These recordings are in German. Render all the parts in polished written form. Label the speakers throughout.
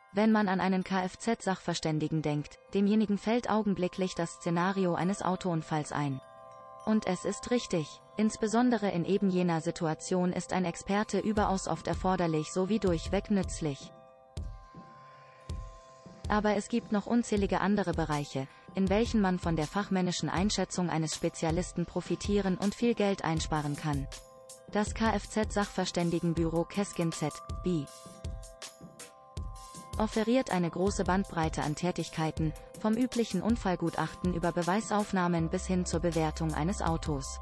Speaker 1: Wenn man an einen Kfz-Sachverständigen denkt, demjenigen fällt augenblicklich das Szenario eines Autounfalls ein. Und es ist richtig, insbesondere in eben jener Situation ist ein Experte überaus oft erforderlich sowie durchweg nützlich. Aber es gibt noch unzählige andere Bereiche, in welchen man von der fachmännischen Einschätzung eines Spezialisten profitieren und viel Geld einsparen kann. Das Kfz-Sachverständigenbüro Keskin Z.B. offeriert eine große Bandbreite an Tätigkeiten, vom üblichen Unfallgutachten über Beweisaufnahmen bis hin zur Bewertung eines Autos.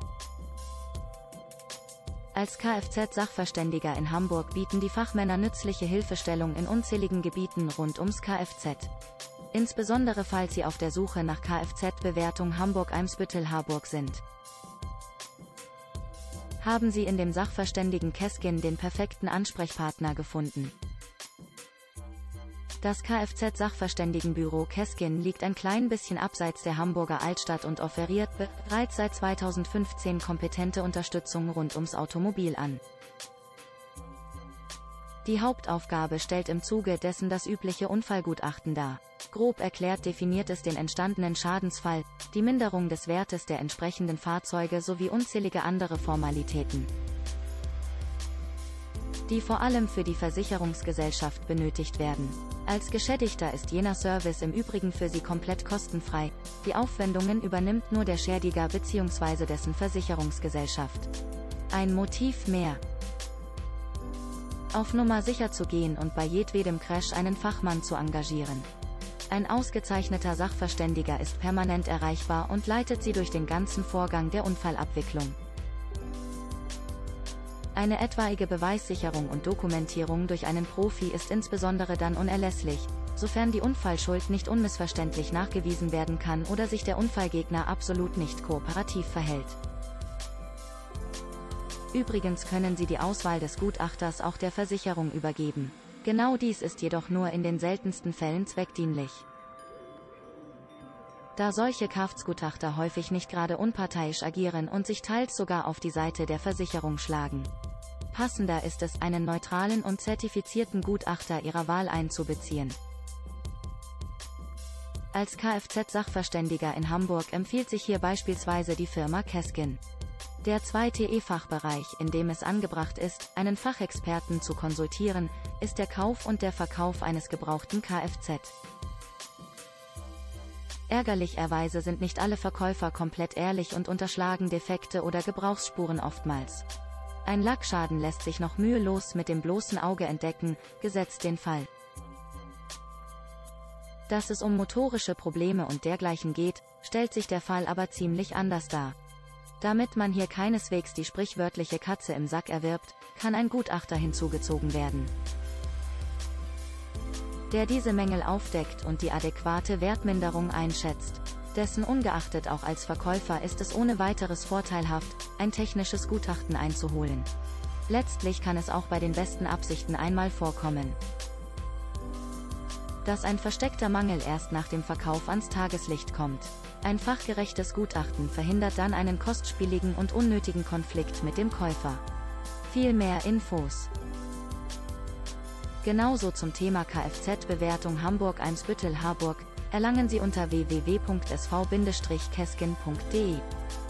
Speaker 1: Als Kfz-Sachverständiger in Hamburg bieten die Fachmänner nützliche Hilfestellung in unzähligen Gebieten rund ums Kfz. Insbesondere falls Sie auf der Suche nach Kfz-Bewertung Hamburg-Eimsbüttel-Harburg sind. Haben Sie in dem Sachverständigen Keskin den perfekten Ansprechpartner gefunden? Das Kfz-Sachverständigenbüro Keskin liegt ein klein bisschen abseits der Hamburger Altstadt und offeriert bereits seit 2015 kompetente Unterstützung rund ums Automobil an. Die Hauptaufgabe stellt im Zuge dessen das übliche Unfallgutachten dar. Grob erklärt definiert es den entstandenen Schadensfall, die Minderung des Wertes der entsprechenden Fahrzeuge sowie unzählige andere Formalitäten, die vor allem für die Versicherungsgesellschaft benötigt werden. Als Geschädigter ist jener Service im Übrigen für Sie komplett kostenfrei, die Aufwendungen übernimmt nur der Schädiger bzw. dessen Versicherungsgesellschaft. Ein Motiv mehr, auf Nummer sicher zu gehen und bei jedwedem Crash einen Fachmann zu engagieren. Ein ausgezeichneter Sachverständiger ist permanent erreichbar und leitet Sie durch den ganzen Vorgang der Unfallabwicklung. Eine etwaige Beweissicherung und Dokumentierung durch einen Profi ist insbesondere dann unerlässlich, sofern die Unfallschuld nicht unmissverständlich nachgewiesen werden kann oder sich der Unfallgegner absolut nicht kooperativ verhält. Übrigens können Sie die Auswahl des Gutachters auch der Versicherung übergeben. Genau dies ist jedoch nur in den seltensten Fällen zweckdienlich, da solche Kfz-Gutachter häufig nicht gerade unparteiisch agieren und sich teils sogar auf die Seite der Versicherung schlagen. Passender ist es, einen neutralen und zertifizierten Gutachter Ihrer Wahl einzubeziehen. Als Kfz-Sachverständiger in Hamburg empfiehlt sich hier beispielsweise die Firma Keskin. Der zweite E-Fachbereich, in dem es angebracht ist, einen Fachexperten zu konsultieren, ist der Kauf und der Verkauf eines gebrauchten Kfz. Ärgerlicherweise sind nicht alle Verkäufer komplett ehrlich und unterschlagen Defekte oder Gebrauchsspuren oftmals. Ein Lackschaden lässt sich noch mühelos mit dem bloßen Auge entdecken, gesetzt den Fall, dass es um motorische Probleme und dergleichen geht, stellt sich der Fall aber ziemlich anders dar. Damit man hier keineswegs die sprichwörtliche Katze im Sack erwirbt, kann ein Gutachter hinzugezogen werden, der diese Mängel aufdeckt und die adäquate Wertminderung einschätzt. Dessen ungeachtet auch als Verkäufer ist es ohne weiteres vorteilhaft, ein technisches Gutachten einzuholen. Letztlich kann es auch bei den besten Absichten einmal vorkommen, dass ein versteckter Mangel erst nach dem Verkauf ans Tageslicht kommt. Ein fachgerechtes Gutachten verhindert dann einen kostspieligen und unnötigen Konflikt mit dem Käufer. Viel mehr Infos genauso zum Thema Kfz-Bewertung Hamburg-Eimsbüttel-Harburg erlangen Sie unter www.sv-keskin.de.